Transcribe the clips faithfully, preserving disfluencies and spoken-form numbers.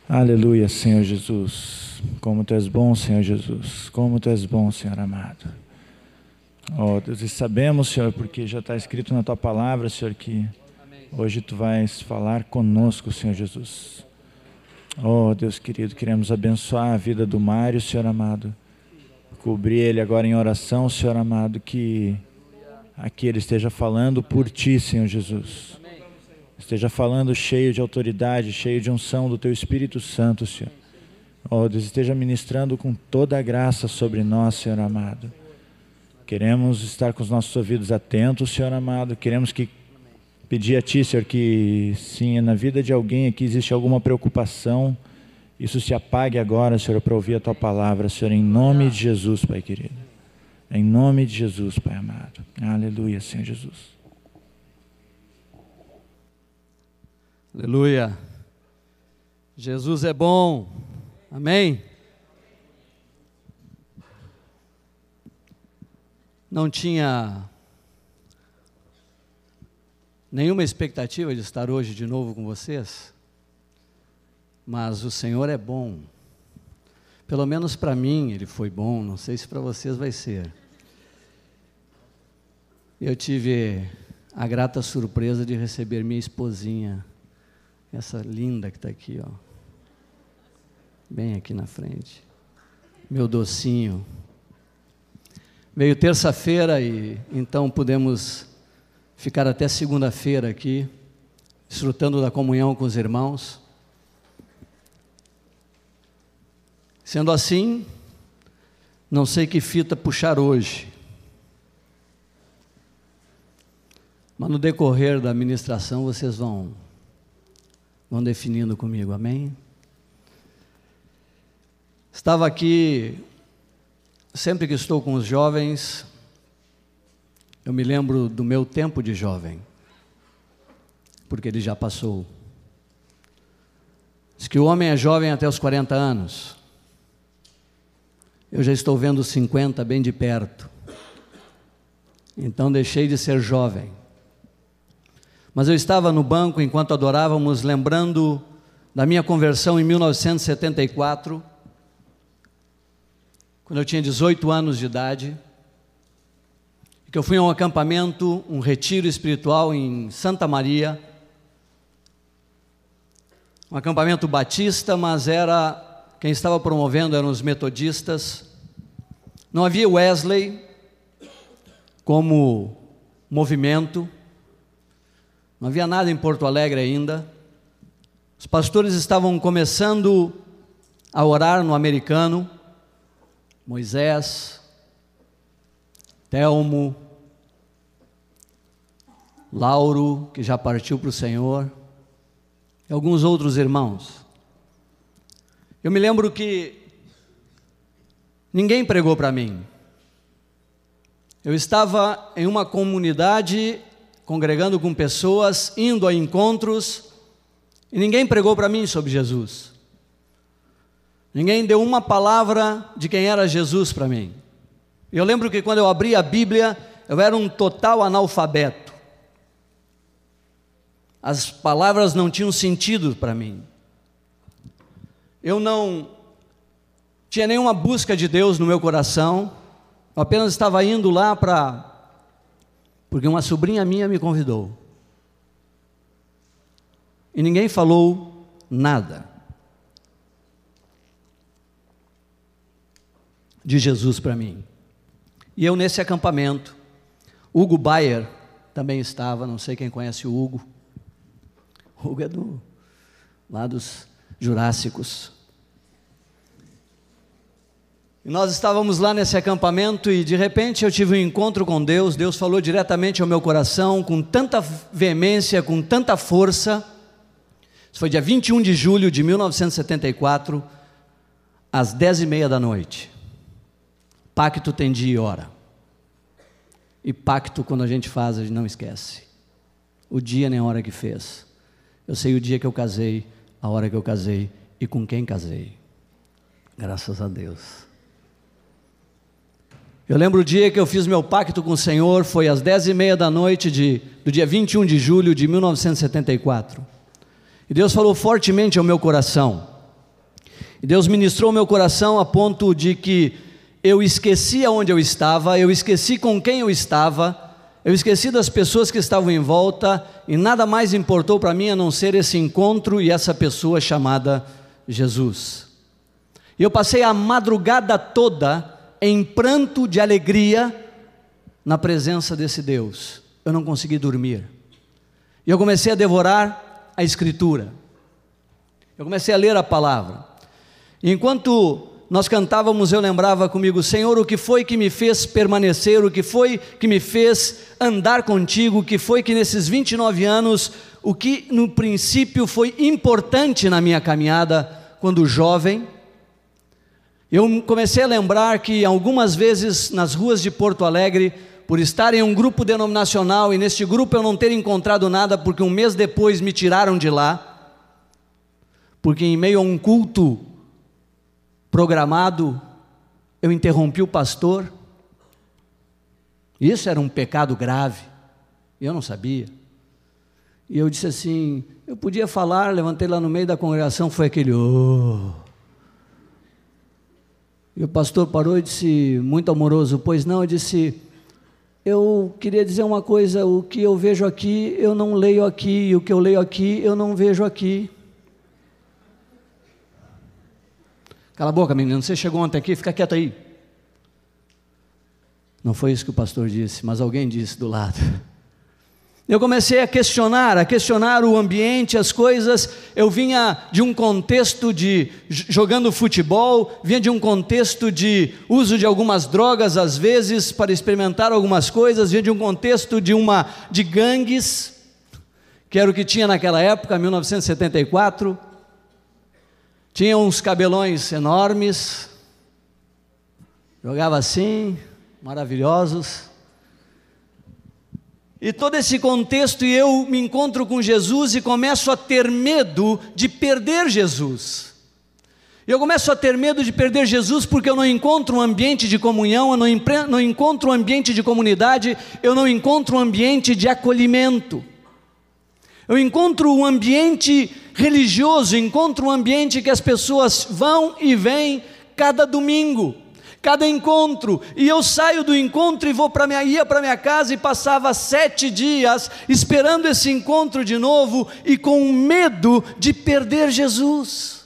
Aleluia, Senhor Jesus. Como Tu és bom, Senhor Jesus. Como Tu és bom, Senhor amado. Oh, Deus, e sabemos, Senhor, porque já está escrito na Tua palavra, Senhor, que hoje Tu vais falar conosco, Senhor Jesus. Oh, Deus querido, queremos abençoar a vida do Mário, Senhor amado. Cobrir ele agora em oração, Senhor amado, que aqui ele esteja falando por Ti, Senhor Jesus. Esteja falando cheio de autoridade, cheio de unção do Teu Espírito Santo, Senhor. Oh, Deus, esteja ministrando com toda a graça sobre nós, Senhor amado. Queremos estar com os nossos ouvidos atentos, Senhor amado. Queremos que pedir a Ti, Senhor, que sim, na vida de alguém aqui existe alguma preocupação, isso se apague agora, Senhor, para ouvir a Tua palavra, Senhor, em nome de Jesus, Pai querido. Em nome de Jesus, Pai amado. Aleluia, Senhor Jesus. Aleluia. Jesus é bom. Amém? Não tinha nenhuma expectativa de estar hoje de novo com vocês, mas o Senhor é bom. Pelo menos para mim Ele foi bom, não sei se para vocês vai ser. Eu tive a grata surpresa de receber minha esposinha, essa linda que está aqui, ó, bem aqui na frente, meu docinho. Veio terça-feira e então pudemos ficar até segunda-feira aqui, desfrutando da comunhão com os irmãos. Sendo assim, não sei que fita puxar hoje, mas no decorrer da ministração vocês vão vão definindo comigo, amém? Estava aqui, sempre que estou com os jovens, eu me lembro do meu tempo de jovem, porque ele já passou. Diz que o homem é jovem até os quarenta anos, eu já estou vendo os cinquenta bem de perto, então deixei de ser jovem. Mas eu estava no banco enquanto adorávamos, lembrando da minha conversão em mil novecentos e setenta e quatro, quando eu tinha dezoito anos de idade, que eu fui a um acampamento, um retiro espiritual em Santa Maria, um acampamento batista, mas era, quem estava promovendo eram os metodistas. Não havia Wesley como movimento, não havia nada em Porto Alegre ainda. Os pastores estavam começando a orar no americano, Moisés, Telmo, Lauro, que já partiu para o Senhor, e alguns outros irmãos. Eu me lembro que ninguém pregou para mim. Eu estava em uma comunidade, congregando com pessoas, indo a encontros, e ninguém pregou para mim sobre Jesus. Ninguém deu uma palavra de quem era Jesus para mim. Eu lembro que quando eu abri a Bíblia, eu era um total analfabeto. As palavras não tinham sentido para mim. Eu não tinha nenhuma busca de Deus no meu coração. Eu apenas estava indo lá para... porque uma sobrinha minha me convidou. E ninguém falou nada de Jesus para mim. E eu nesse acampamento, Hugo Bayer também estava, não sei quem conhece o Hugo. O Hugo é do, lá dos Jurássicos. E nós estávamos lá nesse acampamento e de repente eu tive um encontro com Deus. Deus falou diretamente ao meu coração com tanta veemência, com tanta força. Isso foi dia vinte e um de julho de mil novecentos e setenta e quatro, às dez e meia da noite. Pacto tem dia e hora. E pacto, quando a gente faz, a gente não esquece. O dia nem a hora que fez. Eu sei o dia que eu casei, a hora que eu casei e com quem casei. Graças a Deus. Eu lembro o dia que eu fiz meu pacto com o Senhor, foi às dez e meia da noite de, do dia vinte e um de julho de mil novecentos e setenta e quatro. E Deus falou fortemente ao meu coração. E Deus ministrou meu coração a ponto de que eu esqueci aonde eu estava, eu esqueci com quem eu estava, eu esqueci das pessoas que estavam em volta, e nada mais importou para mim a não ser esse encontro e essa pessoa chamada Jesus. E eu passei a madrugada toda em pranto de alegria na presença desse Deus. Eu não consegui dormir. E eu comecei a devorar a Escritura. Eu comecei a ler a palavra. E enquanto nós cantávamos, eu lembrava comigo: Senhor, o que foi que me fez permanecer, o que foi que me fez andar contigo, o que foi que nesses vinte e nove anos, o que no princípio foi importante na minha caminhada, quando jovem, eu comecei a lembrar que algumas vezes nas ruas de Porto Alegre, por estar em um grupo denominacional, e neste grupo eu não ter encontrado nada, porque um mês depois me tiraram de lá, porque em meio a um culto programado, eu interrompi o pastor. Isso era um pecado grave, e eu não sabia. E eu disse assim, eu podia falar, levantei lá no meio da congregação, foi aquele oh. E o pastor parou e disse, muito amoroso, pois não, eu disse, eu queria dizer uma coisa, o que eu vejo aqui, eu não leio aqui, e o que eu leio aqui, eu não vejo aqui. Cala a boca, menino, você chegou ontem aqui, fica quieto aí. Não foi isso que o pastor disse, mas alguém disse do lado. Eu comecei a questionar, a questionar o ambiente, as coisas. Eu vinha de um contexto de jogando futebol, vinha de um contexto de uso de algumas drogas às vezes para experimentar algumas coisas, vinha de um contexto de uma de gangues, que era o que tinha naquela época, mil novecentos e setenta e quatro. Tinha uns cabelões enormes, jogava assim, maravilhosos. E todo esse contexto, e eu me encontro com Jesus e começo a ter medo de perder Jesus. Eu começo a ter medo de perder Jesus porque eu não encontro um ambiente de comunhão, eu não, empre... não encontro um ambiente de comunidade, eu não encontro um ambiente de acolhimento. Eu encontro um ambiente religioso, encontro um ambiente que as pessoas vão e vêm cada domingo, cada encontro, e eu saio do encontro e vou para minha, ia para minha casa e passava sete dias esperando esse encontro de novo e com medo de perder Jesus.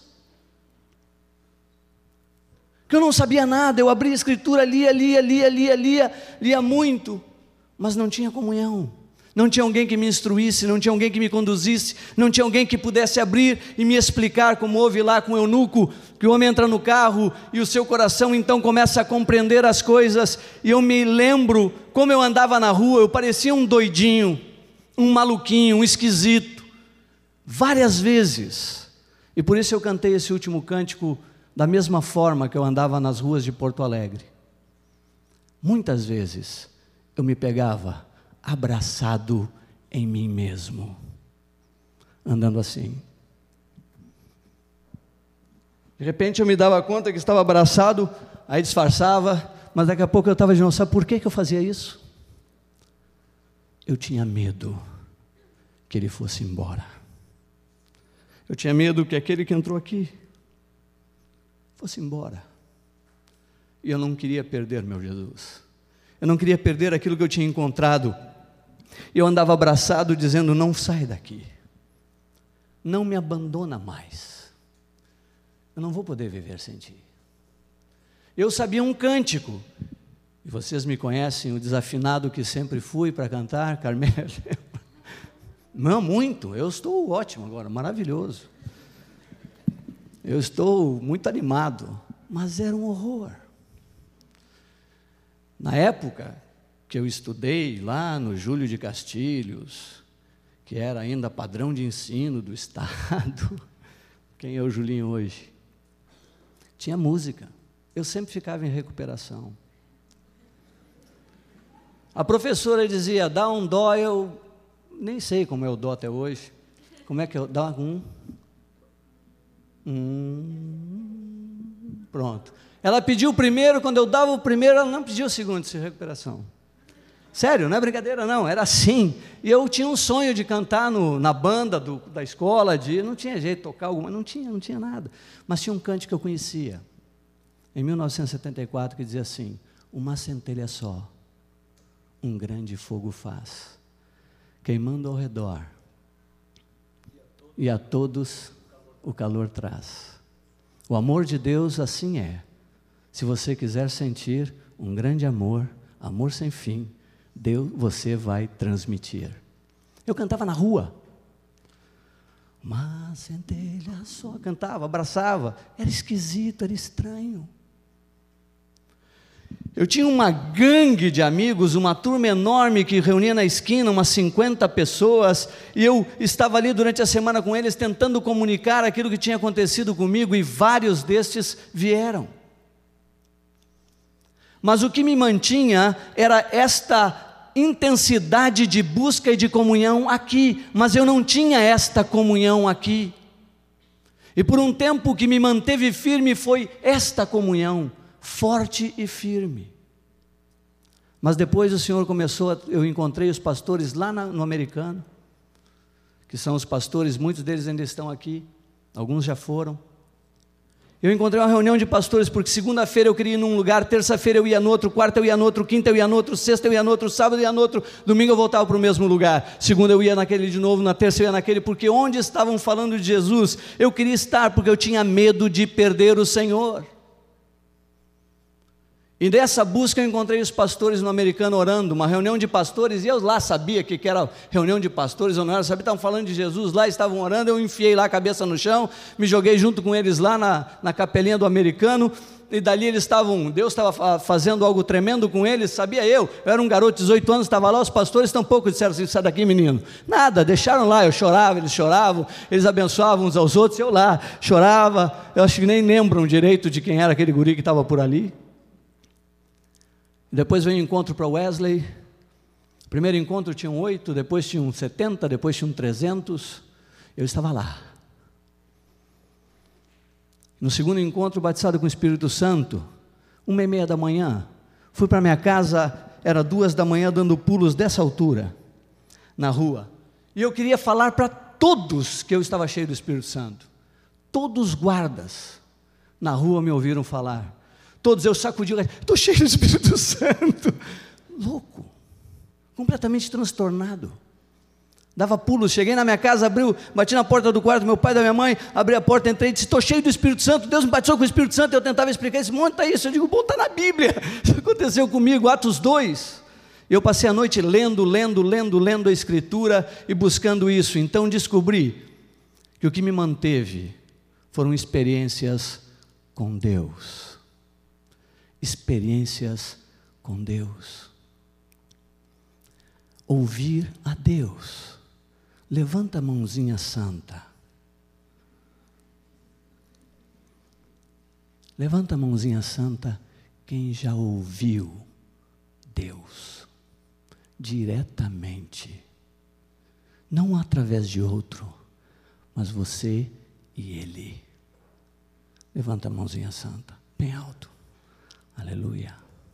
Que eu não sabia nada, eu abria a escritura, lia, lia, lia, lia, lia, lia muito, mas não tinha comunhão. Não tinha alguém que me instruísse, não tinha alguém que me conduzisse, não tinha alguém que pudesse abrir e me explicar, como houve lá com o eunuco, que o homem entra no carro e o seu coração então começa a compreender as coisas. E eu me lembro como eu andava na rua, eu parecia um doidinho, um maluquinho, um esquisito, várias vezes. E por isso eu cantei esse último cântico da mesma forma que eu andava nas ruas de Porto Alegre. Muitas vezes eu me pegava abraçado em mim mesmo, andando assim. De repente eu me dava conta que estava abraçado, aí disfarçava, mas daqui a pouco eu estava de novo. Sabe por que que eu fazia isso? Eu tinha medo que ele fosse embora. Eu tinha medo que aquele que entrou aqui fosse embora. E eu não queria perder meu Jesus. Eu não queria perder aquilo que eu tinha encontrado. Eu andava abraçado dizendo, não sai daqui, não me abandona mais, eu não vou poder viver sem ti. Eu sabia um cântico, e vocês me conhecem, o desafinado que sempre fui para cantar, Carmelo. Não, muito, eu estou ótimo agora, maravilhoso, eu estou muito animado, mas era um horror. Na época que eu estudei lá no Júlio de Castilhos, que era ainda padrão de ensino do Estado, quem é o Julinho hoje? Tinha música, eu sempre ficava em recuperação. A professora dizia, dá um dó, eu nem sei como é o dó até hoje, como é que eu, dá um, um, pronto. Ela pediu o primeiro, quando eu dava o primeiro, ela não pediu o segundo, de recuperação. Sério, não é brincadeira não, era assim. E eu tinha um sonho de cantar no, na banda do, da escola, de, não tinha jeito de tocar alguma, não tinha, não tinha nada. Mas tinha um cântico que eu conhecia, em mil novecentos e setenta e quatro, que dizia assim: uma centelha só, um grande fogo faz, queimando ao redor, e a todos o calor traz. O amor de Deus assim é. Se você quiser sentir um grande amor, amor sem fim, Deus, você vai transmitir. Eu cantava na rua, uma centelha só, cantava, abraçava, era esquisito, era estranho. Eu tinha uma gangue de amigos, uma turma enorme que reunia na esquina, umas cinquenta pessoas, e eu estava ali durante a semana com eles, tentando comunicar aquilo que tinha acontecido comigo, e vários destes vieram. Mas o que me mantinha era esta intensidade de busca e de comunhão aqui, mas eu não tinha esta comunhão aqui. E por um tempo o que me manteve firme foi esta comunhão, forte e firme. Mas depois o Senhor começou, a, eu encontrei os pastores lá na, no Americano, que são os pastores, muitos deles ainda estão aqui, alguns já foram. Eu encontrei uma reunião de pastores, porque segunda-feira eu queria ir num lugar, terça-feira eu ia no outro, quarta eu ia no outro, quinta eu ia no outro, sexta eu ia no outro, sábado eu ia no outro, domingo eu voltava para o mesmo lugar, segunda eu ia naquele de novo, na terça eu ia naquele, porque onde estavam falando de Jesus, eu queria estar, porque eu tinha medo de perder o Senhor. E nessa busca eu encontrei os pastores no Americano orando, uma reunião de pastores, e eu lá sabia que, que era reunião de pastores ou não era, sabia, estavam falando de Jesus lá, estavam orando, eu enfiei lá a cabeça no chão, me joguei junto com eles lá na, na capelinha do Americano, e dali eles estavam, Deus estava fazendo algo tremendo com eles, sabia eu, eu era um garoto de dezoito anos, estava lá, os pastores tampouco disseram assim: sai daqui menino, nada, deixaram lá, eu chorava, eles choravam, eles abençoavam uns aos outros, eu lá, chorava, eu acho que nem lembram direito de quem era aquele guri que estava por ali. Depois veio o encontro para Wesley. Primeiro encontro tinham oito, depois tinham setenta, depois tinham trezentos. Eu estava lá. No segundo encontro, batizado com o Espírito Santo, uma e meia da manhã, fui para minha casa, era duas da manhã, dando pulos dessa altura, na rua. E eu queria falar para todos que eu estava cheio do Espírito Santo. Todos os guardas na rua me ouviram falar. Todos, eu sacudi, estou cheio do Espírito Santo, louco, completamente transtornado, dava pulos, cheguei na minha casa, abriu, bati na porta do quarto do meu pai e da minha mãe, abri a porta, entrei e disse: estou cheio do Espírito Santo, Deus me batizou com o Espírito Santo. Eu tentava explicar, esse monte é isso, eu digo, bom, está na Bíblia, isso aconteceu comigo, Atos dois, eu passei a noite lendo, lendo, lendo, lendo a Escritura e buscando isso. Então descobri que o que me manteve foram experiências com Deus. Experiências com Deus, ouvir a Deus. Levanta a mãozinha santa, levanta a mãozinha santa, quem já ouviu Deus, diretamente, não através de outro, mas você e Ele. Levanta a mãozinha santa, bem alto. Aleluia.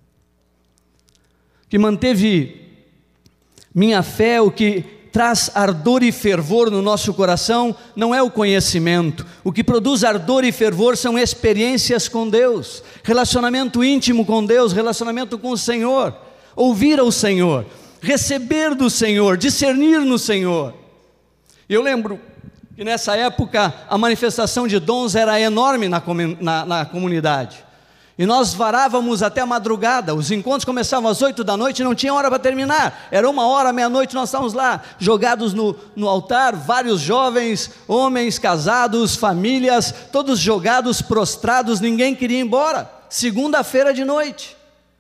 Que manteve minha fé, o que traz ardor e fervor no nosso coração, não é o conhecimento. O que produz ardor e fervor são experiências com Deus, relacionamento íntimo com Deus, relacionamento com o Senhor, ouvir ao Senhor, receber do Senhor, discernir no Senhor. Eu lembro que nessa época a manifestação de dons era enorme na, na, na comunidade. E nós varávamos até a madrugada, os encontros começavam às oito da noite e não tinha hora para terminar, era uma hora, meia-noite, nós estávamos lá, jogados no, no altar, vários jovens, homens, casados, famílias, todos jogados, prostrados, ninguém queria ir embora, segunda-feira de noite.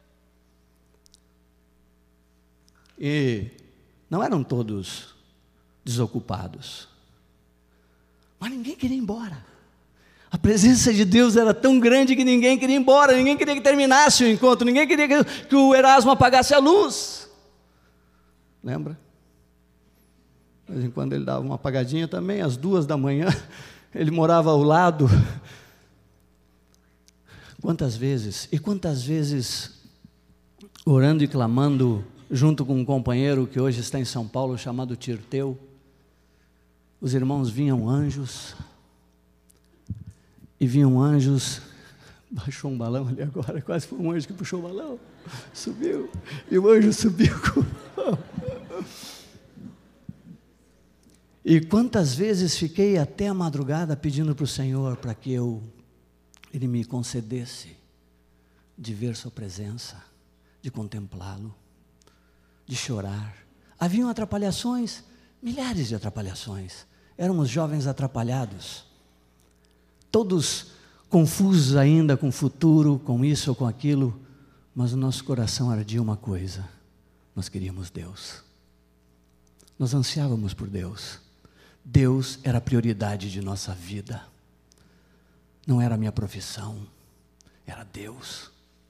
E não eram todos desocupados, mas ninguém queria ir embora. A presença de Deus era tão grande que ninguém queria ir embora, ninguém queria que terminasse o encontro, ninguém queria que, que o Erasmo apagasse a luz. Lembra? De vez em quando ele dava uma apagadinha também, às duas da manhã, ele morava ao lado. Quantas vezes, e quantas vezes, orando e clamando, junto com um companheiro que hoje está em São Paulo, chamado Tirteu. Os irmãos vinham anjos, e vinham anjos, baixou um balão ali agora, quase foi um anjo que puxou o balão, subiu, e o anjo subiu com o balão. E quantas vezes fiquei até a madrugada pedindo para o Senhor, para que eu, Ele me concedesse de ver sua presença, de contemplá-lo, de chorar. Haviam atrapalhações, milhares de atrapalhações, éramos jovens atrapalhados, todos confusos ainda com o futuro, com isso ou com aquilo, mas o nosso coração ardia uma coisa: nós queríamos Deus, nós ansiávamos por Deus. Deus era a prioridade de nossa vida, não era a minha profissão, era Deus.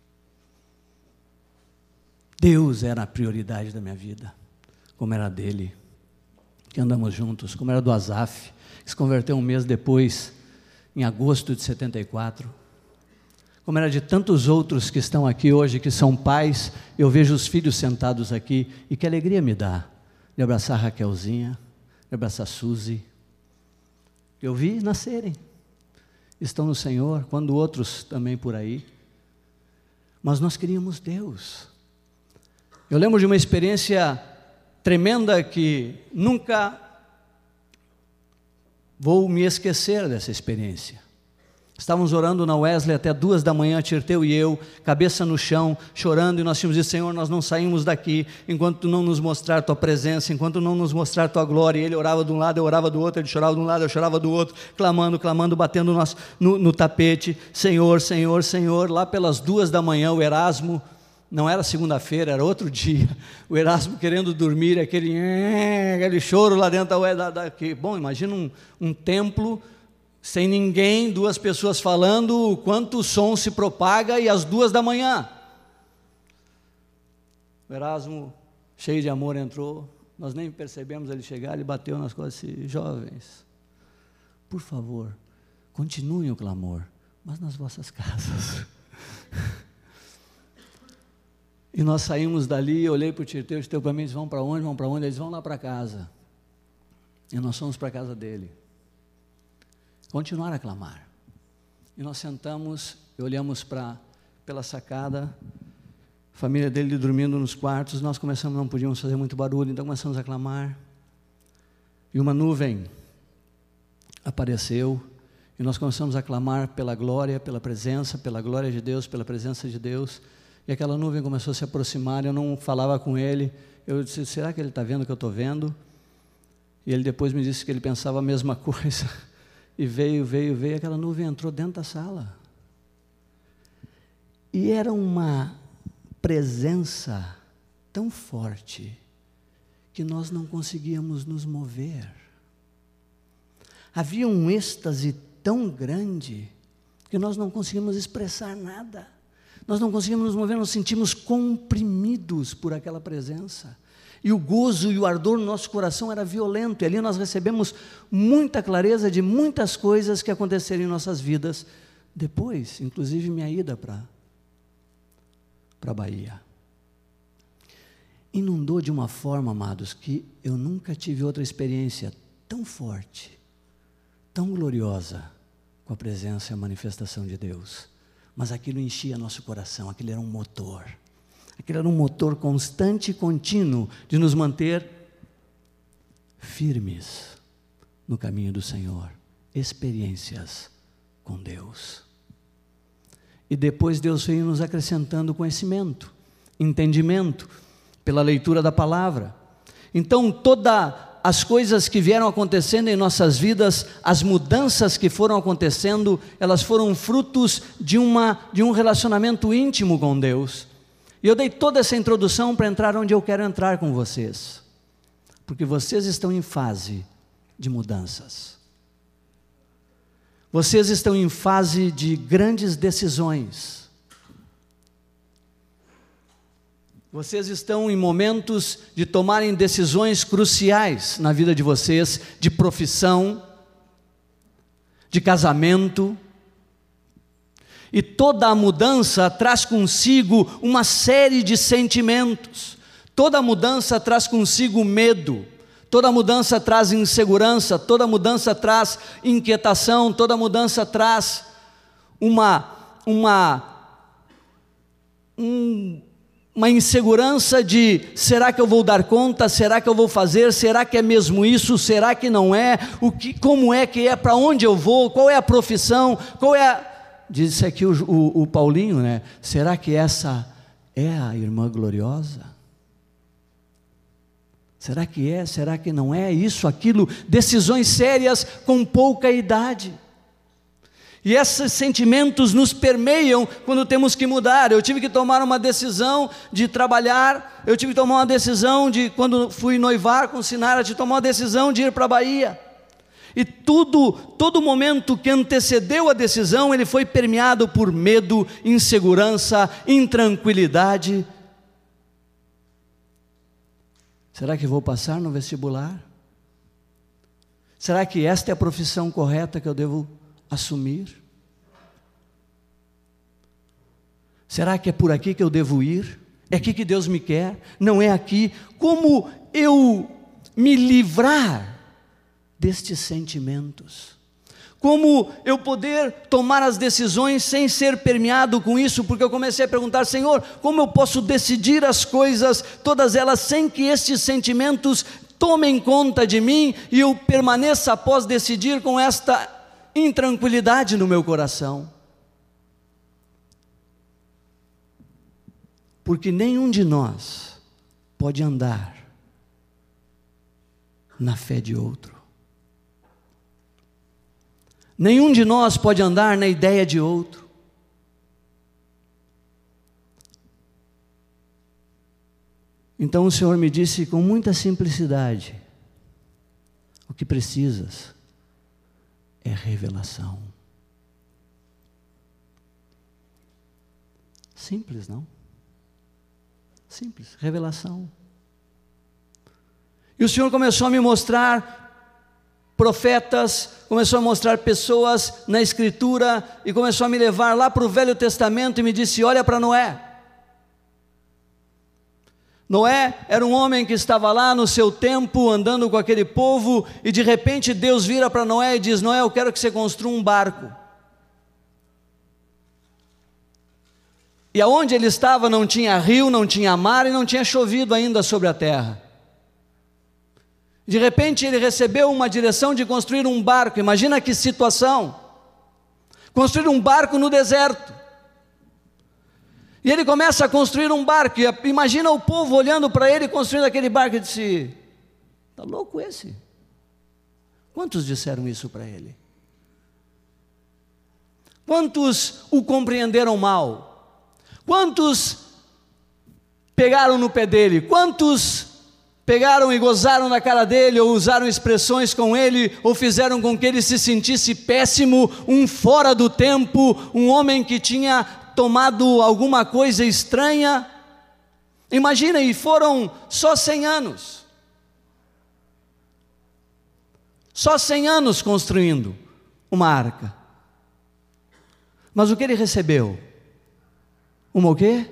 Deus era a prioridade da minha vida, como era dele, que andamos juntos, como era do Asaf, que se converteu um mês depois, em agosto de setenta e quatro, como era de tantos outros que estão aqui hoje, que são pais. Eu vejo os filhos sentados aqui, e que alegria me dá de abraçar a Raquelzinha, de abraçar a Suzy, eu vi nascerem, estão no Senhor, quando outros também por aí, mas nós queríamos Deus. Eu lembro de uma experiência tremenda que nunca vou me esquecer dessa experiência. Estávamos orando na Wesley até duas da manhã, Tirteu e eu, cabeça no chão, chorando, e nós tínhamos dito: Senhor, nós não saímos daqui enquanto Tu não nos mostrar Tua presença, enquanto não nos mostrar Tua glória. E ele orava de um lado, eu orava do outro, ele chorava de um lado, eu chorava do outro, clamando, clamando, batendo no, no, no tapete: Senhor, Senhor, Senhor. Lá pelas duas da manhã, o Erasmo, não era segunda-feira, era outro dia, o Erasmo querendo dormir, aquele, aquele choro lá dentro da, da, da que, bom, imagina um, um templo sem ninguém, duas pessoas falando, o quanto o som se propaga, e às duas da manhã. O Erasmo, cheio de amor, entrou, nós nem percebemos ele chegar, ele bateu nas costas e disse: jovens, por favor, continuem o clamor, mas nas vossas casas. E nós saímos dali, eu olhei para o Tirteu, o Tirteu para mim disse: vão para onde, vão para onde? Eles vão lá para casa. E nós fomos para a casa dele. Continuar a clamar. E nós sentamos e olhamos para, pela sacada, a família dele dormindo nos quartos. Nós começamos, não podíamos fazer muito barulho, então começamos a clamar. E uma nuvem apareceu, e nós começamos a clamar pela glória, pela presença, pela glória de Deus, pela presença de Deus. E aquela nuvem começou a se aproximar, eu não falava com ele. Eu disse: será que ele está vendo o que eu estou vendo? E ele depois me disse que ele pensava a mesma coisa. E veio, veio, veio, aquela nuvem entrou dentro da sala. E era uma presença tão forte que nós não conseguíamos nos mover. Havia um êxtase tão grande que nós não conseguimos expressar nada. Nós não conseguimos nos mover, nos sentimos comprimidos por aquela presença. E o gozo e o ardor no nosso coração era violento, e ali nós recebemos muita clareza de muitas coisas que aconteceram em nossas vidas, depois, inclusive minha ida para a Bahia. Inundou de uma forma, amados, que eu nunca tive outra experiência tão forte, tão gloriosa, com a presença e a manifestação de Deus. Mas aquilo enchia nosso coração, aquilo era um motor. Aquilo era um motor constante e contínuo de nos manter firmes no caminho do Senhor. Experiências com Deus. E depois Deus veio nos acrescentando conhecimento, entendimento, pela leitura da palavra. Então, todas as coisas que vieram acontecendo em nossas vidas, as mudanças que foram acontecendo, elas foram frutos de, uma, de um relacionamento íntimo com Deus. E eu dei toda essa introdução para entrar onde eu quero entrar com vocês, porque vocês estão em fase de mudanças, vocês estão em fase de grandes decisões, vocês estão em momentos de tomarem decisões cruciais na vida de vocês, de profissão, de casamento. E toda a mudança traz consigo uma série de sentimentos. Toda mudança traz consigo medo, toda mudança traz insegurança, toda mudança traz inquietação, toda mudança traz uma, uma, um, uma insegurança de: será que eu vou dar conta, será que eu vou fazer, será que é mesmo isso, será que não é, o que, como é que é, para onde eu vou, qual é a profissão, qual é a... Diz aqui o, o, o Paulinho, né? Será que essa é a irmã gloriosa? Será que é? Será que não é? Isso, aquilo, decisões sérias com pouca idade. E esses sentimentos nos permeiam quando temos que mudar. Eu tive que tomar uma decisão de trabalhar, eu tive que tomar uma decisão de, quando fui noivar com Sinara, de tomar uma decisão de ir para a Bahia. E tudo, todo momento que antecedeu a decisão, ele foi permeado por medo, insegurança, intranquilidade. Será que vou passar no vestibular? Será que esta é a profissão correta que eu devo assumir? Será que é por aqui que eu devo ir? É aqui que Deus me quer? Não é aqui? Como eu me livrar destes sentimentos? Como eu poder tomar as decisões sem ser permeado com isso? Porque eu comecei a perguntar: Senhor, como eu posso decidir as coisas, todas elas, sem que estes sentimentos tomem conta de mim e eu permaneça após decidir com esta intranquilidade no meu coração? Porque nenhum de nós pode andar na fé de outro. Nenhum de nós pode andar na ideia de outro. Então o Senhor me disse com muita simplicidade: o que precisas é revelação. Simples, não? Simples, revelação. E o Senhor começou a me mostrar profetas, começou a mostrar pessoas na Escritura, e começou a me levar lá para o Velho Testamento e me disse: olha para Noé. Noé era um homem que estava lá no seu tempo, andando com aquele povo, e de repente Deus vira para Noé e diz: Noé, eu quero que você construa um barco. E aonde ele estava não tinha rio, não tinha mar e não tinha chovido ainda sobre a terra. De repente ele recebeu uma direção de construir um barco. Imagina que situação, construir um barco no deserto. E ele começa a construir um barco, e imagina o povo olhando para ele construindo aquele barco, e disse: está louco esse? Quantos disseram isso para ele? Quantos o compreenderam mal? Quantos pegaram no pé dele? Quantos pegaram e gozaram na cara dele, ou usaram expressões com ele, ou fizeram com que ele se sentisse péssimo, um fora do tempo, um homem que tinha tomado alguma coisa estranha? Imagina, e foram só cem anos, só cem anos construindo uma arca. Mas o que ele recebeu? Uma o quê?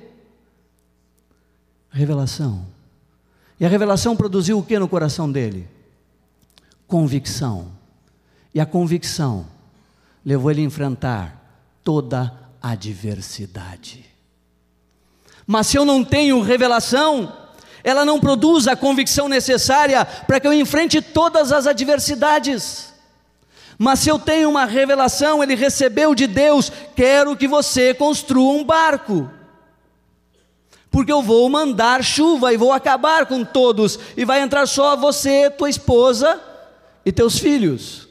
Revelação. E a revelação produziu o que no coração dele? Convicção. E a convicção levou ele a enfrentar toda a adversidade. Mas se eu não tenho revelação, ela não produz a convicção necessária para que eu enfrente todas as adversidades. Mas se eu tenho uma revelação, ele recebeu de Deus: quero que você construa um barco, porque eu vou mandar chuva e vou acabar com todos, e vai entrar só você, tua esposa e teus filhos.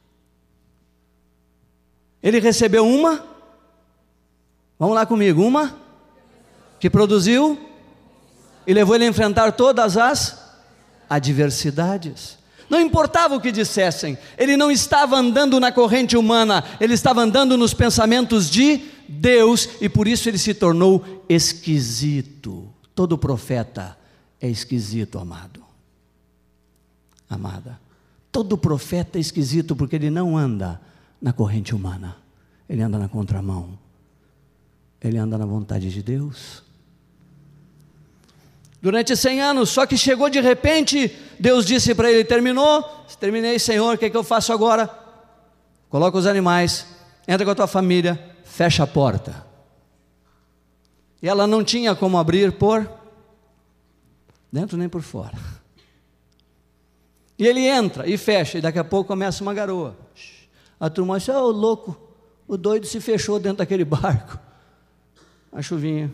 Ele recebeu uma, vamos lá comigo, uma que produziu e levou ele a enfrentar todas as adversidades. Não importava o que dissessem, ele não estava andando na corrente humana, ele estava andando nos pensamentos de Deus, e por isso ele se tornou esquisito. Todo profeta é esquisito, amado, amada. Todo profeta é esquisito, porque ele não anda na corrente humana, ele anda na contramão, ele anda na vontade de Deus. durante cem anos, só que chegou de repente, Deus disse para ele, terminou? Terminei, Senhor, o que é que eu faço agora? Coloca os animais, entra com a tua família, fecha a porta. E ela não tinha como abrir por dentro nem por fora. E ele entra e fecha, e daqui a pouco começa uma garoa. A turma diz, ô louco, o doido se fechou dentro daquele barco. A chuvinha.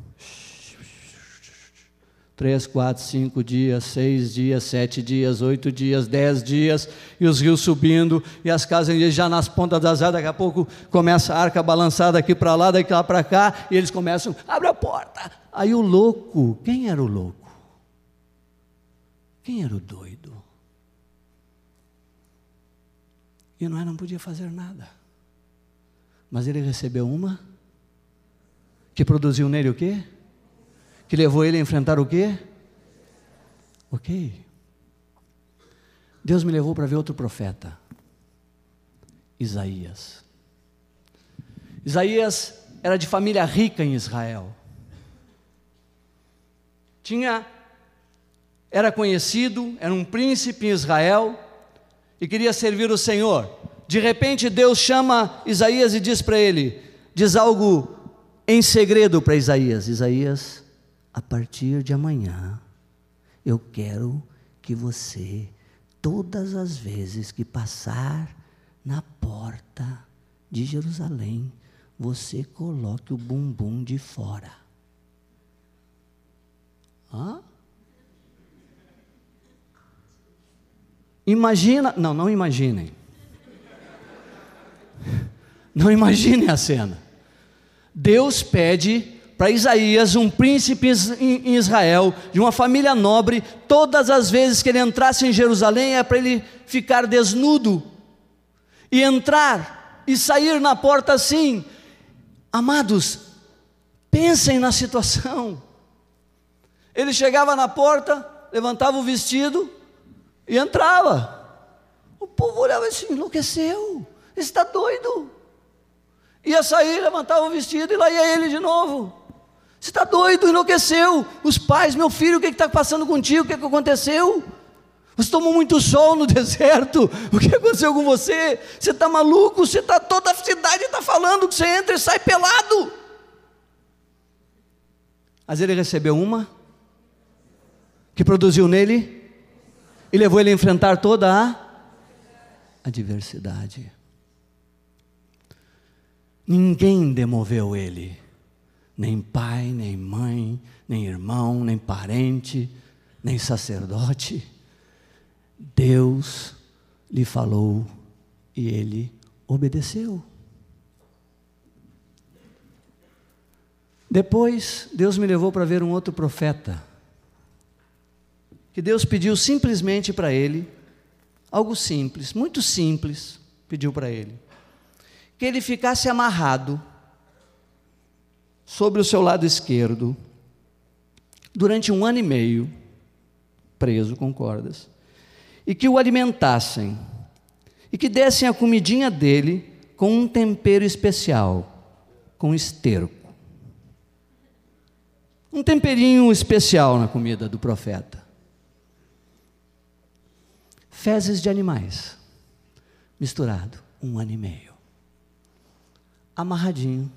Três, quatro, cinco dias, seis dias, sete dias, oito dias, dez dias, e os rios subindo, e as casas já nas pontas das árvores, daqui a pouco começa a arca balançada daqui para lá, daqui lá para cá, e eles começam, abre a porta. Aí o louco, quem era o louco? Quem era o doido? E Noé não podia fazer nada. Mas ele recebeu uma, que produziu nele o quê? Que levou ele a enfrentar o quê? Ok. Deus me levou para ver outro profeta, Isaías. Isaías era de família rica em Israel. Tinha, era conhecido, era um príncipe em Israel e queria servir o Senhor. De repente Deus chama Isaías e diz para ele, diz algo em segredo para Isaías. Isaías, a partir de amanhã, eu quero que você, todas as vezes que passar na porta de Jerusalém, você coloque o bumbum de fora. Hã? Imagina, não, não imaginem. Não imaginem a cena. Deus pede para Isaías, um príncipe em Israel, de uma família nobre, todas as vezes que ele entrasse em Jerusalém, é para ele ficar desnudo, e entrar, e sair na porta assim. Amados, pensem na situação. Ele chegava na porta, levantava o vestido, e entrava. O povo olhava assim, enlouqueceu, está doido. Ia sair, levantava o vestido, e lá ia ele de novo. Você está doido, enlouqueceu. Os pais, meu filho, o que está passando contigo? O que, que aconteceu? Você tomou muito sol no deserto. O que aconteceu com você? Você está maluco? Você está, toda a cidade está falando que você entra e sai pelado. Mas ele recebeu uma que produziu nele e levou ele a enfrentar toda a adversidade. Ninguém demoveu ele. Nem pai, nem mãe, nem irmão, nem parente, nem sacerdote. Deus lhe falou e ele obedeceu. Depois, Deus me levou para ver um outro profeta, que Deus pediu simplesmente para ele, algo simples, muito simples, pediu para ele, que ele ficasse amarrado sobre o seu lado esquerdo, durante um ano e meio, preso com cordas, e que o alimentassem, e que dessem a comidinha dele com um tempero especial, com esterco. Um temperinho especial na comida do profeta. Fezes de animais, misturado, um ano e meio. Amarradinho,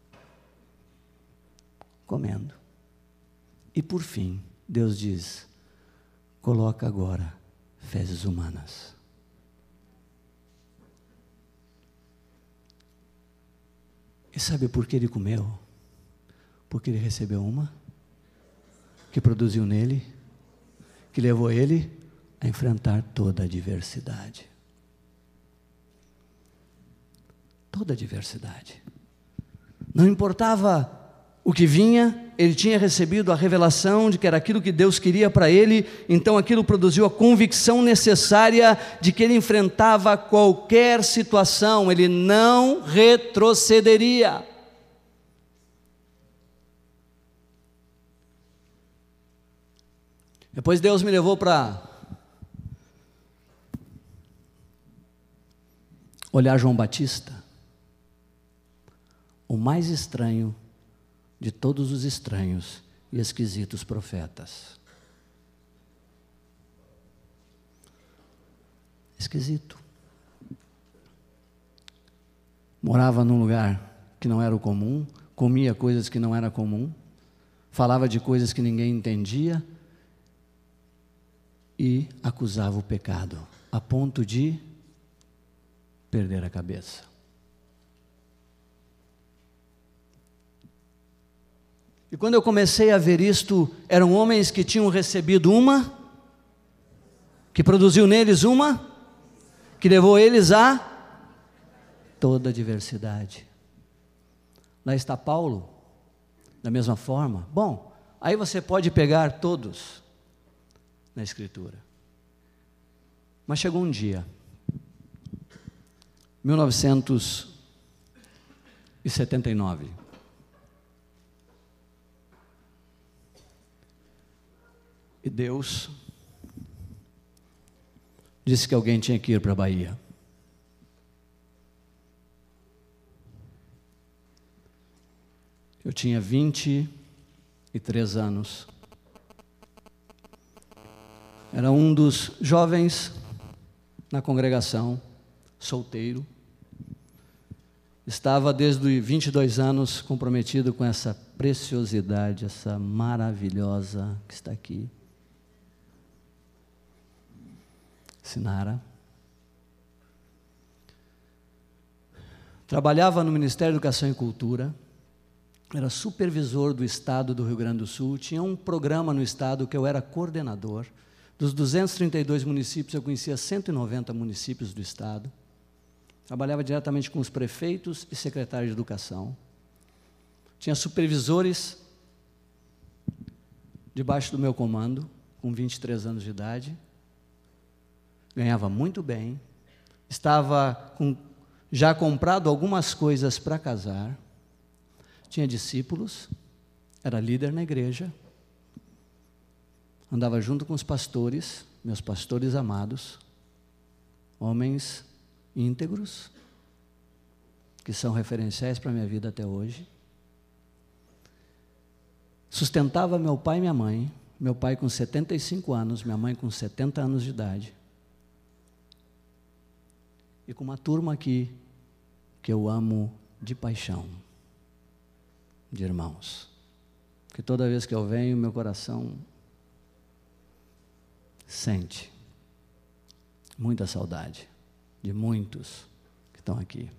comendo. E por fim, Deus diz, coloca agora fezes humanas. E sabe por que ele comeu? Porque ele recebeu uma que produziu nele, que levou ele a enfrentar toda a adversidade. Toda a adversidade. Não importava o que vinha, ele tinha recebido a revelação de que era aquilo que Deus queria para ele, então aquilo produziu a convicção necessária de que ele enfrentava qualquer situação, ele não retrocederia. Depois Deus me levou para olhar João Batista, o mais estranho de todos os estranhos e esquisitos profetas. Esquisito. Morava num lugar que não era o comum, comia coisas que não era comum, falava de coisas que ninguém entendia e acusava o pecado, a ponto de perder a cabeça. E quando eu comecei a ver isto, eram homens que tinham recebido uma, que produziu neles uma, que levou eles a toda a diversidade. Lá está Paulo, da mesma forma. Bom, aí você pode pegar todos na Escritura. Mas chegou um dia, mil novecentos e setenta e nove, e Deus disse que alguém tinha que ir para a Bahia. Eu tinha vinte e três anos. Era um dos jovens na congregação, solteiro. Estava desde os vinte e dois anos comprometido com essa preciosidade, essa maravilhosa que está aqui. Sinara. Trabalhava no Ministério da Educação e Cultura, era supervisor do estado do Rio Grande do Sul, tinha um programa no estado que eu era coordenador. Dos duzentos e trinta e dois municípios, eu conhecia cento e noventa municípios do estado. Trabalhava diretamente com os prefeitos e secretários de educação. Tinha supervisores debaixo do meu comando, com vinte e três anos de idade. Ganhava muito bem, estava com, já comprado algumas coisas para casar, tinha discípulos, era líder na igreja, andava junto com os pastores, meus pastores amados, homens íntegros, que são referenciais para a minha vida até hoje. Sustentava meu pai e minha mãe, meu pai com setenta e cinco anos, minha mãe com setenta anos de idade. E com uma turma aqui, que eu amo de paixão, de irmãos, que toda vez que eu venho, meu coração sente muita saudade de muitos que estão aqui.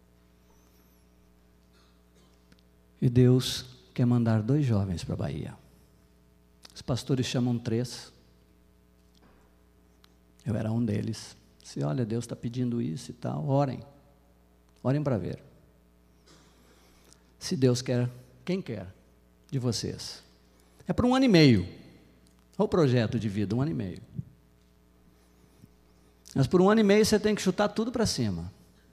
E Deus quer mandar dois jovens para a Bahia. Os pastores chamam três. Eu era um deles. Se olha, Deus está pedindo isso e tal, orem. Orem para ver. Se Deus quer, quem quer de vocês? É por um ano e meio. Olha o projeto de vida, um ano e meio. Mas por um ano e meio você tem que chutar tudo para cima.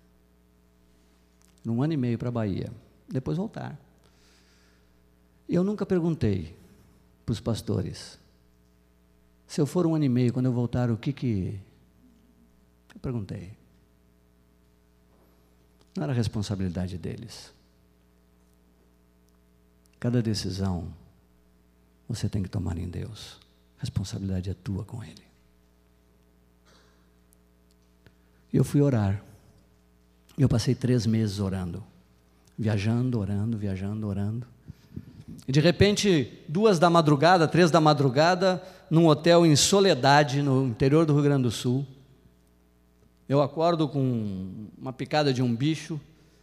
Um ano e meio para a Bahia. Depois voltar. E eu nunca perguntei para os pastores, se eu for um ano e meio, quando eu voltar, o que que... Eu perguntei. Não era responsabilidade deles. Cada decisão você tem que tomar em Deus. A responsabilidade é tua com Ele. E eu fui orar. E eu passei três meses orando. Viajando, orando, viajando, orando. E de repente, duas da madrugada, três da madrugada, num hotel em Soledade, no interior do Rio Grande do Sul, eu acordo com uma picada de um bicho,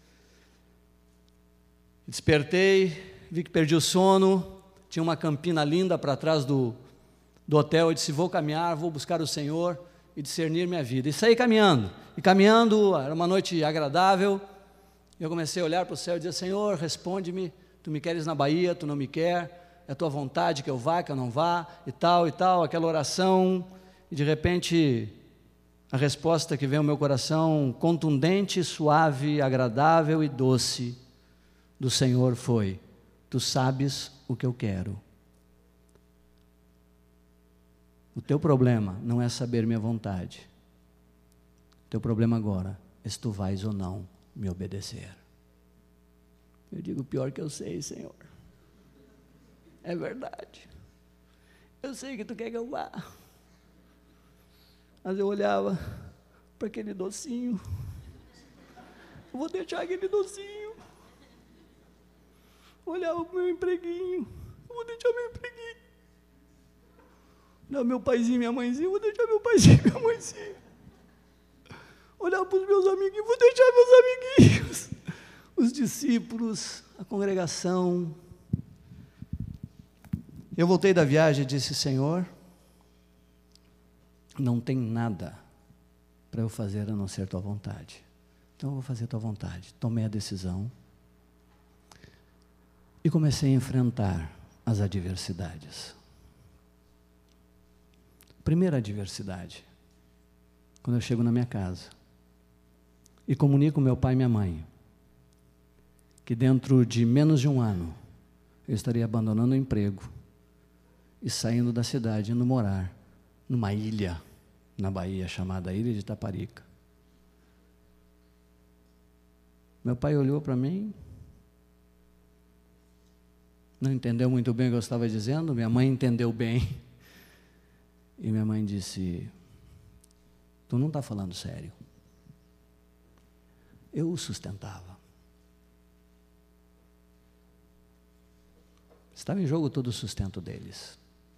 despertei, vi que perdi o sono, tinha uma campina linda para trás do, do hotel, eu disse, vou caminhar, vou buscar o Senhor e discernir minha vida. E saí caminhando, e caminhando, era uma noite agradável, e eu comecei a olhar para o céu e dizer, Senhor, responde-me, tu me queres na Bahia, tu não me quer, é a tua vontade que eu vá, que eu não vá, e tal, e tal, aquela oração, e de repente... A resposta que vem ao meu coração, contundente, suave, agradável e doce, do Senhor foi, tu sabes o que eu quero. O teu problema não é saber minha vontade. O teu problema agora é se tu vais ou não me obedecer. Eu digo, pior que eu sei, Senhor. É verdade. Eu sei que tu quer que eu vá. Mas eu olhava para aquele docinho. Eu vou deixar aquele docinho. Olhava para o meu empreguinho. Eu vou deixar meu empreguinho. Olhava meu paizinho e minha mãezinha. Eu vou deixar meu paizinho e minha mãezinha. Olhava para os meus amiguinhos. Vou deixar meus amiguinhos. Os discípulos, a congregação. Eu voltei da viagem e disse: Senhor, não tem nada para eu fazer a não ser tua vontade. Então eu vou fazer tua vontade. Tomei a decisão e comecei a enfrentar as adversidades. Primeira adversidade, quando eu chego na minha casa e comunico meu pai e minha mãe que dentro de menos de um ano eu estaria abandonando o emprego e saindo da cidade, indo morar numa ilha na Bahia, chamada Ilha de Itaparica. Meu pai olhou para mim, não entendeu muito bem o que eu estava dizendo, minha mãe entendeu bem, e minha mãe disse: tu não está falando sério. Eu o sustentava. Estava em jogo todo o sustento deles.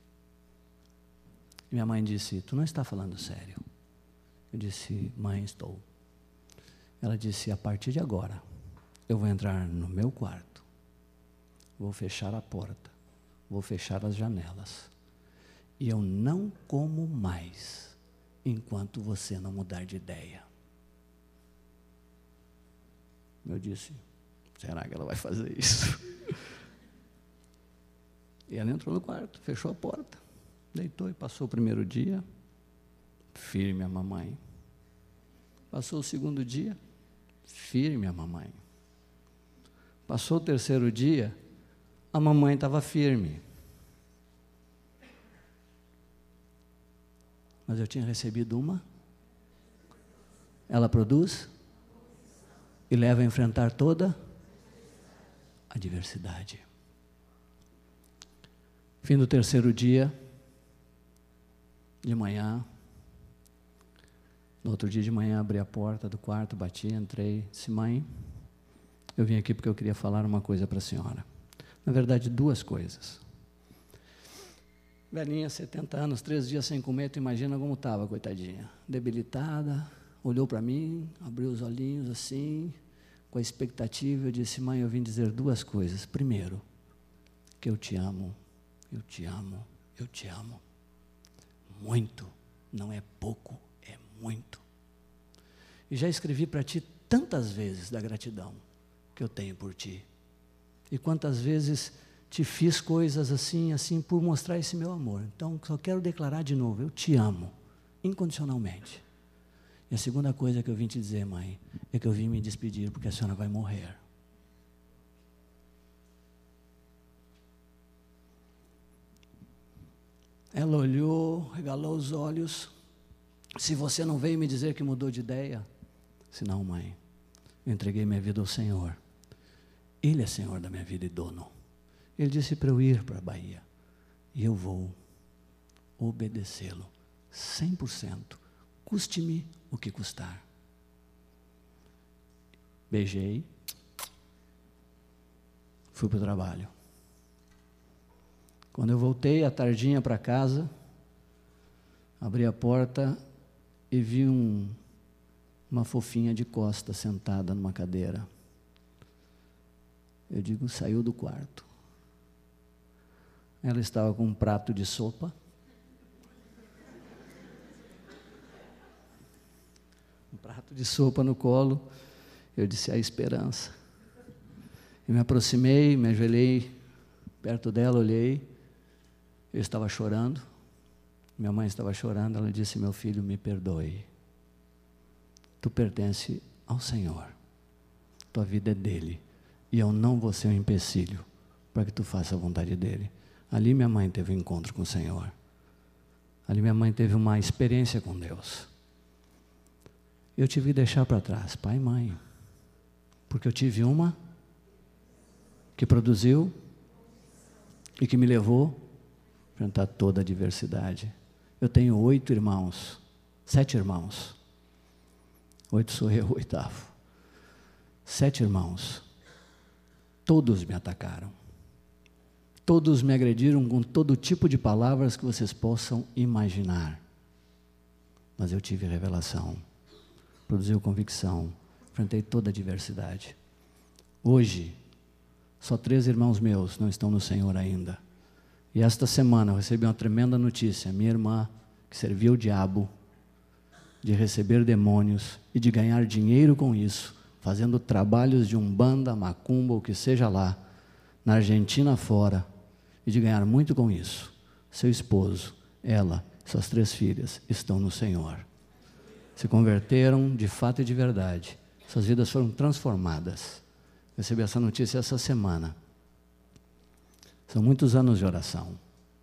E minha mãe disse: tu não está falando sério. Eu disse: mãe, estou. Ela disse: a partir de agora, eu vou entrar no meu quarto, vou fechar a porta, vou fechar as janelas, e eu não como mais, enquanto você não mudar de ideia. Eu disse: será que ela vai fazer isso? E ela entrou no quarto, fechou a porta, deitou e passou o primeiro dia, firme a mamãe. Passou o segundo dia, firme a mamãe. Passou o terceiro dia, a mamãe estava firme. Mas eu tinha recebido uma. Ela produz e leva a enfrentar toda a adversidade. Fim do terceiro dia, de manhã, no outro dia de manhã, abri a porta do quarto, bati, entrei, disse: mãe, eu vim aqui porque eu queria falar uma coisa para a senhora. Na verdade, duas coisas. Velhinha, setenta anos, três dias sem comer, tu imagina como estava, coitadinha. Debilitada, olhou para mim, abriu os olhinhos assim, com a expectativa. Eu disse: mãe, eu vim dizer duas coisas. Primeiro, que eu te amo, eu te amo, eu te amo. Muito, não é pouco, é muito. E já escrevi para ti tantas vezes da gratidão que eu tenho por ti. E quantas vezes te fiz coisas assim, assim, por mostrar esse meu amor. Então, só quero declarar de novo: eu te amo, incondicionalmente. E a segunda coisa que eu vim te dizer, mãe, é que eu vim me despedir porque a senhora vai morrer. Ela olhou, regalou os olhos. Se você não veio me dizer que mudou de ideia, se não, mãe, eu entreguei minha vida ao Senhor. Ele é Senhor da minha vida e dono. Ele disse para eu ir para a Bahia. E eu vou obedecê-lo cem por cento, custe-me o que custar. Beijei, fui para o trabalho. Quando eu voltei à tardinha para casa, abri a porta e vi um, uma fofinha de costas sentada numa cadeira. Eu digo: saiu do quarto. Ela estava com um prato de sopa, um prato de sopa no colo. Eu disse: a esperança. Eu me aproximei, me ajoelhei perto dela, olhei. Eu estava chorando, minha mãe estava chorando. Ela disse: meu filho, me perdoe. Tu pertence ao Senhor, tua vida é dele, e eu não vou ser um empecilho para que tu faça a vontade dele. Ali minha mãe teve um encontro com o Senhor. Ali minha mãe teve uma experiência com Deus. Eu tive que deixar para trás pai e mãe, porque eu tive uma que produziu e que me levou a enfrentar toda a adversidade. Eu tenho oito irmãos, sete irmãos. Oito sou eu, o oitavo. Sete irmãos. Todos me atacaram. Todos me agrediram com todo tipo de palavras que vocês possam imaginar. Mas eu tive revelação, produziu convicção, enfrentei toda a adversidade. Hoje, só três irmãos meus não estão no Senhor ainda. E esta semana eu recebi uma tremenda notícia. Minha irmã, que serviu o diabo, de receber demônios e de ganhar dinheiro com isso, fazendo trabalhos de umbanda, macumba, o que seja lá, na Argentina fora, e de ganhar muito com isso. Seu esposo, ela, suas três filhas estão no Senhor. Se converteram de fato e de verdade. Suas vidas foram transformadas. Recebi essa notícia essa semana. São muitos anos de oração.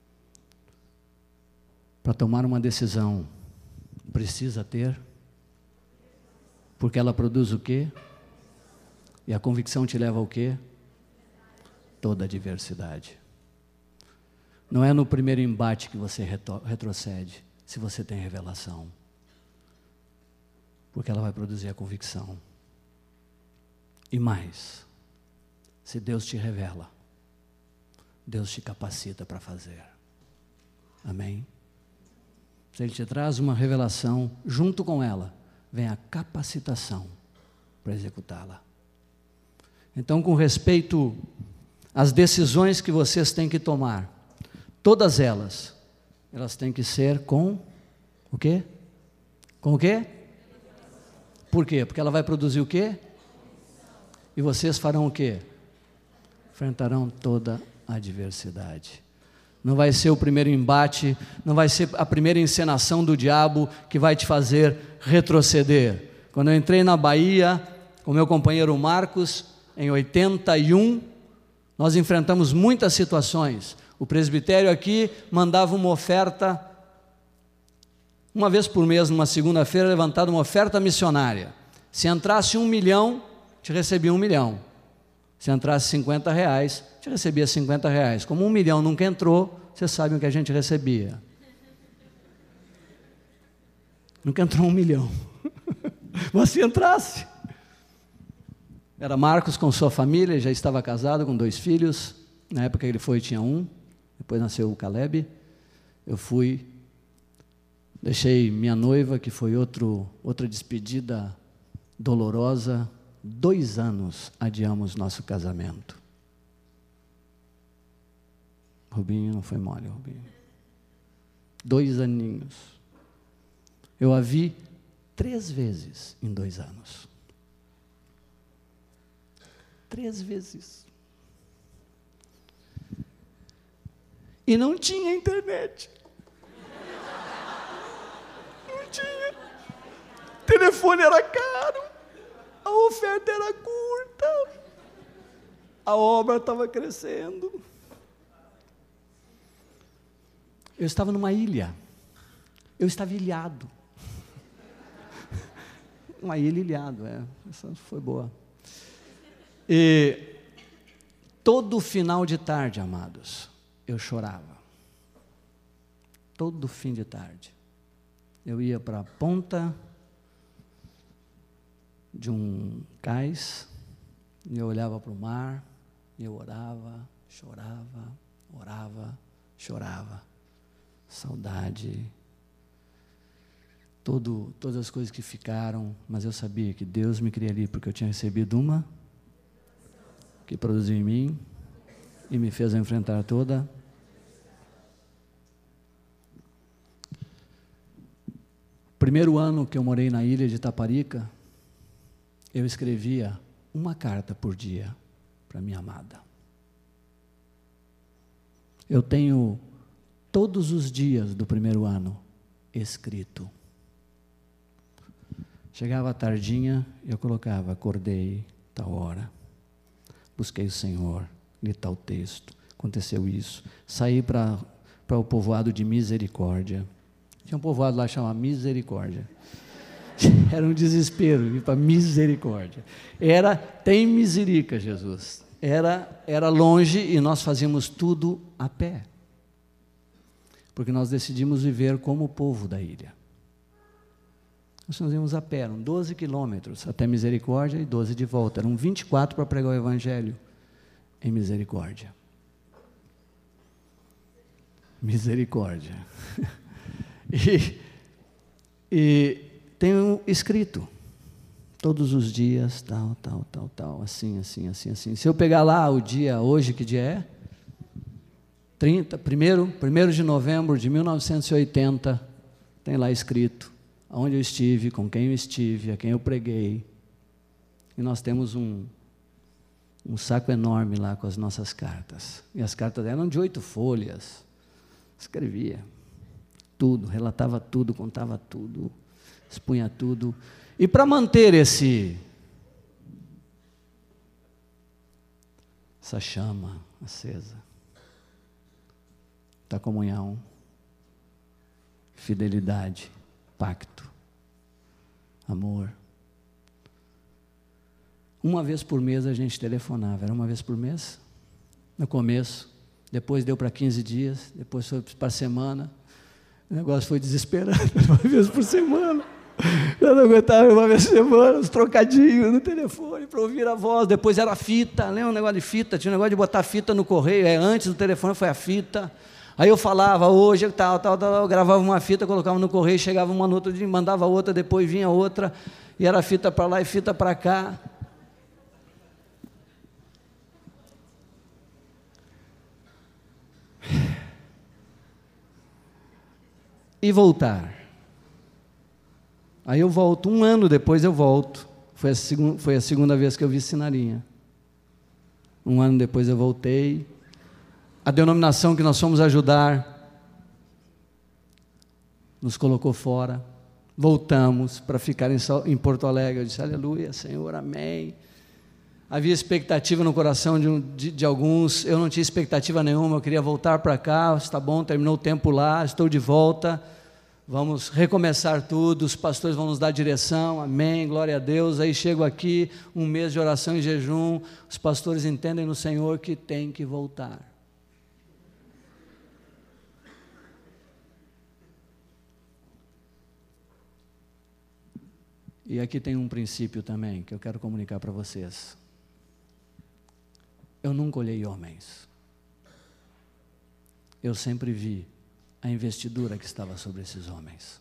Para tomar uma decisão, precisa ter, porque ela produz o quê? E a convicção te leva ao quê? Toda a diversidade. Não é no primeiro embate que você retro, retrocede, se você tem revelação. Porque ela vai produzir a convicção. E mais, se Deus te revela, Deus te capacita para fazer. Amém? Se Ele te traz uma revelação, junto com ela, vem a capacitação para executá-la. Então, com respeito às decisões que vocês têm que tomar, todas elas, elas têm que ser com o quê? Com o quê? Por quê? Porque ela vai produzir o quê? E vocês farão o quê? Enfrentarão toda a adversidade. Não vai ser o primeiro embate, não vai ser a primeira encenação do diabo que vai te fazer retroceder. Quando eu entrei na Bahia, com meu companheiro Marcos, em oitenta e um, nós enfrentamos muitas situações. O presbitério aqui mandava uma oferta, uma vez por mês, numa segunda-feira, levantada uma oferta missionária. Se entrasse um milhão, te recebia um milhão. Se entrasse cinquenta reais, te recebia cinquenta reais. Como um milhão nunca entrou, vocês sabem o que a gente recebia. Nunca entrou um milhão. Mas se entrasse. Era Marcos com sua família, já estava casado com dois filhos. Na época que ele foi, tinha um. Depois nasceu o Caleb. Eu fui, deixei minha noiva, que foi outro, outra despedida dolorosa. Dois anos adiamos nosso casamento. Rubinho não foi mole, Rubinho. Dois aninhos. Eu a vi três vezes em dois anos. Três vezes. E não tinha internet. Não tinha. O telefone era caro. A oferta era curta. A obra estava crescendo. Eu estava numa ilha. Eu estava ilhado. Uma ilha ilhado, é. Essa foi boa. E todo final de tarde, amados, eu chorava. Todo fim de tarde. Eu ia para a ponta de um cais, e eu olhava para o mar, e eu orava, chorava, orava, chorava. Saudade, todo, todas as coisas que ficaram, mas eu sabia que Deus me queria ali, porque eu tinha recebido uma, que produziu em mim, e me fez enfrentar toda. Primeiro ano que eu morei na ilha de Taparica, eu escrevia uma carta por dia para minha amada. Eu tenho todos os dias do primeiro ano escrito. Chegava a tardinha, eu colocava, acordei tal hora, busquei o Senhor, li tal texto, aconteceu isso, saí para para o povoado de Misericórdia. Tinha um povoado lá chamado Misericórdia. Era um desespero ir para Misericórdia. Era, tem miserica, Jesus. era, era longe e nós fazíamos tudo a pé. Porque nós decidimos viver como o povo da ilha. Nós íamos a pé, eram doze quilômetros até Misericórdia e doze de volta. Eram vinte e quatro para pregar o Evangelho em Misericórdia. Misericórdia. E, e tenho escrito, todos os dias, tal, tal, tal, tal, assim, assim, assim, assim. Se eu pegar lá o dia, hoje, que dia é? trinta, primeiro, primeiro de novembro de mil novecentos e oitenta, tem lá escrito aonde eu estive, com quem eu estive, a quem eu preguei. E nós temos um, um saco enorme lá com as nossas cartas. E as cartas eram de oito folhas. Escrevia tudo, relatava tudo, contava tudo, expunha tudo. E para manter esse, essa chama acesa, da comunhão, fidelidade, pacto, amor. Uma vez por mês a gente telefonava, era uma vez por mês, no começo, depois deu para quinze dias, depois foi para a semana, o negócio foi desesperado, uma vez por semana, eu não aguentava uma vez por semana, os trocadinhos no telefone para ouvir a voz, depois era fita, lembra um negócio de fita, tinha um negócio de botar fita no correio, é, antes do telefone foi a fita. Aí eu falava, hoje, tal, tal, tal, eu gravava uma fita, colocava no correio, chegava uma no outro dia, mandava outra, depois vinha outra, e era fita para lá e fita para cá. E voltar. Aí eu volto, um ano depois eu volto, foi a, segu- foi a segunda vez que eu vi Sinarinha. Um ano depois eu voltei. A denominação que nós fomos ajudar nos colocou fora, voltamos para ficar em, em Porto Alegre. Eu disse, aleluia, Senhor, amém. Havia expectativa no coração de, um, de, de alguns, eu não tinha expectativa nenhuma, eu queria voltar para cá, está bom, terminou o tempo lá, estou de volta, vamos recomeçar tudo, os pastores vão nos dar direção, amém, glória a Deus. Aí chego aqui, um mês de oração e jejum, os pastores entendem no Senhor que tem que voltar. E aqui tem um princípio também que eu quero comunicar para vocês. Eu nunca olhei homens. Eu sempre vi a investidura que estava sobre esses homens.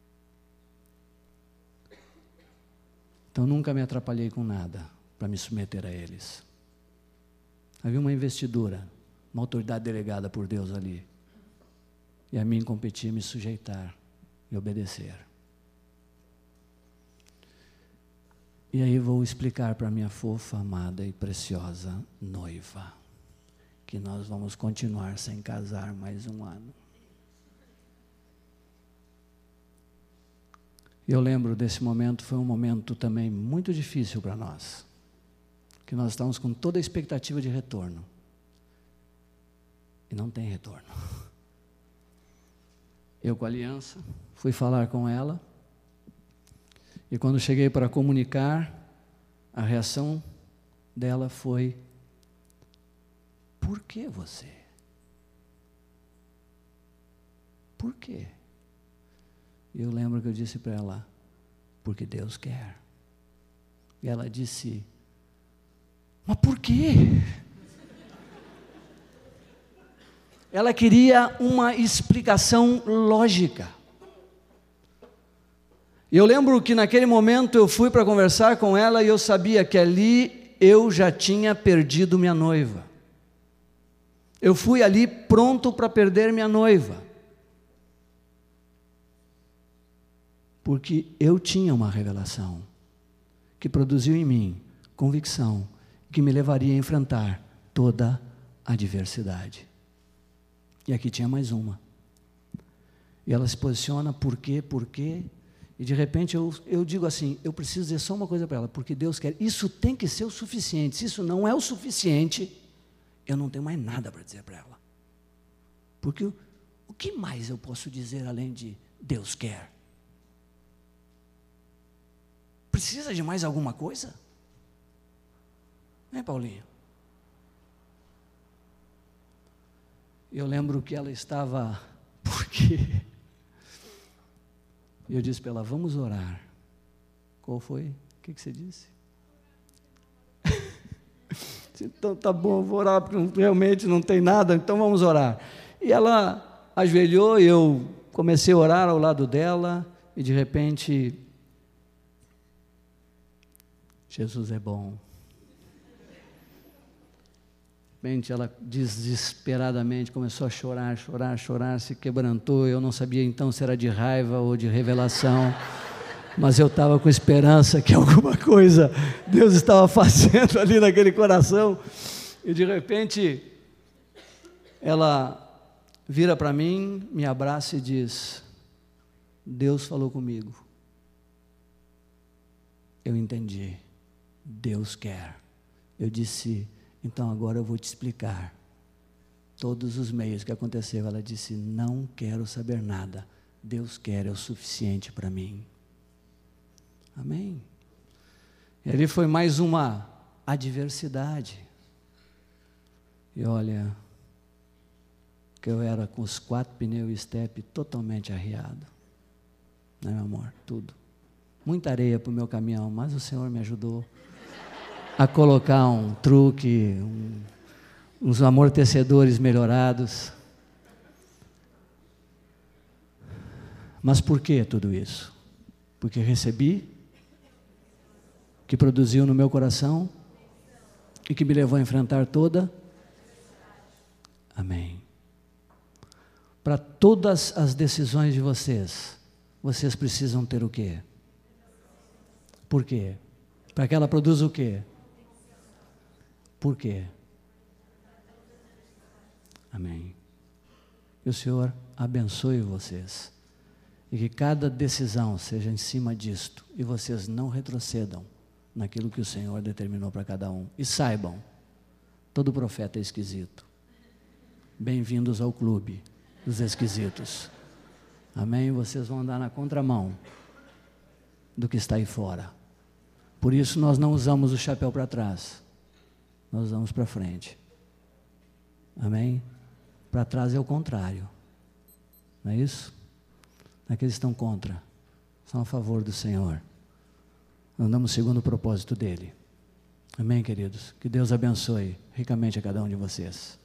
Então nunca me atrapalhei com nada para me submeter a eles. Havia uma investidura, uma autoridade delegada por Deus ali. E a mim competia me sujeitar e obedecer. E aí vou explicar para minha fofa, amada e preciosa noiva, que nós vamos continuar sem casar mais um ano. Eu lembro desse momento, foi um momento também muito difícil para nós, que nós estávamos com toda a expectativa de retorno, e não tem retorno. Eu com a aliança, fui falar com ela, e quando cheguei para comunicar, a reação dela foi, por que você? Por quê? E eu lembro que eu disse para ela, porque Deus quer. E ela disse, mas por quê? Ela queria uma explicação lógica. E eu lembro que naquele momento eu fui para conversar com ela e eu sabia que ali eu já tinha perdido minha noiva. Eu fui ali pronto para perder minha noiva. Porque eu tinha uma revelação que produziu em mim convicção que me levaria a enfrentar toda a adversidade. E aqui tinha mais uma. E ela se posiciona, por quê, por quê? E de repente eu, eu digo assim, eu preciso dizer só uma coisa para ela, porque Deus quer, isso tem que ser o suficiente, se isso não é o suficiente, eu não tenho mais nada para dizer para ela. Porque o, o que mais eu posso dizer além de Deus quer? Precisa de mais alguma coisa? Né, Paulinho? Eu lembro que ela estava, porque eu disse para ela, vamos orar. Qual foi? O que, que você disse? Então tá bom, vou orar, porque realmente não tem nada, então vamos orar. E ela ajoelhou e eu comecei a orar ao lado dela, e de repente, Jesus é bom. De repente ela desesperadamente começou a chorar, chorar, chorar, se quebrantou. Eu não sabia então se era de raiva ou de revelação, mas eu estava com esperança que alguma coisa Deus estava fazendo ali naquele coração. E de repente ela vira para mim, me abraça e diz, Deus falou comigo. Eu entendi, Deus quer. Eu disse, então agora eu vou te explicar todos os meios que aconteceu. Ela disse, não quero saber nada, Deus quer, é o suficiente para mim. Amém? E ali foi mais uma adversidade. E olha, que eu era com os quatro pneus e estepe totalmente arriado, né, meu amor? Tudo. Muita areia para o meu caminhão, mas o Senhor me ajudou a colocar um truque, um, uns amortecedores melhorados. Mas por que tudo isso? Porque recebi, que produziu no meu coração e que me levou a enfrentar toda. Amém. Para todas as decisões de vocês, vocês precisam ter o quê? Por quê? Para que ela produza o quê? Por quê? Amém. Que o Senhor abençoe vocês. E que cada decisão seja em cima disto. E vocês não retrocedam naquilo que o Senhor determinou para cada um. E saibam, todo profeta é esquisito. Bem-vindos ao clube dos esquisitos. Amém? Vocês vão andar na contramão do que está aí fora. Por isso nós não usamos o chapéu para trás. Nós usamos para frente. Amém? Para trás é o contrário. Não é isso? Aqueles que estão contra, são a favor do Senhor. Andamos segundo o propósito dele. Amém, queridos? Que Deus abençoe ricamente a cada um de vocês.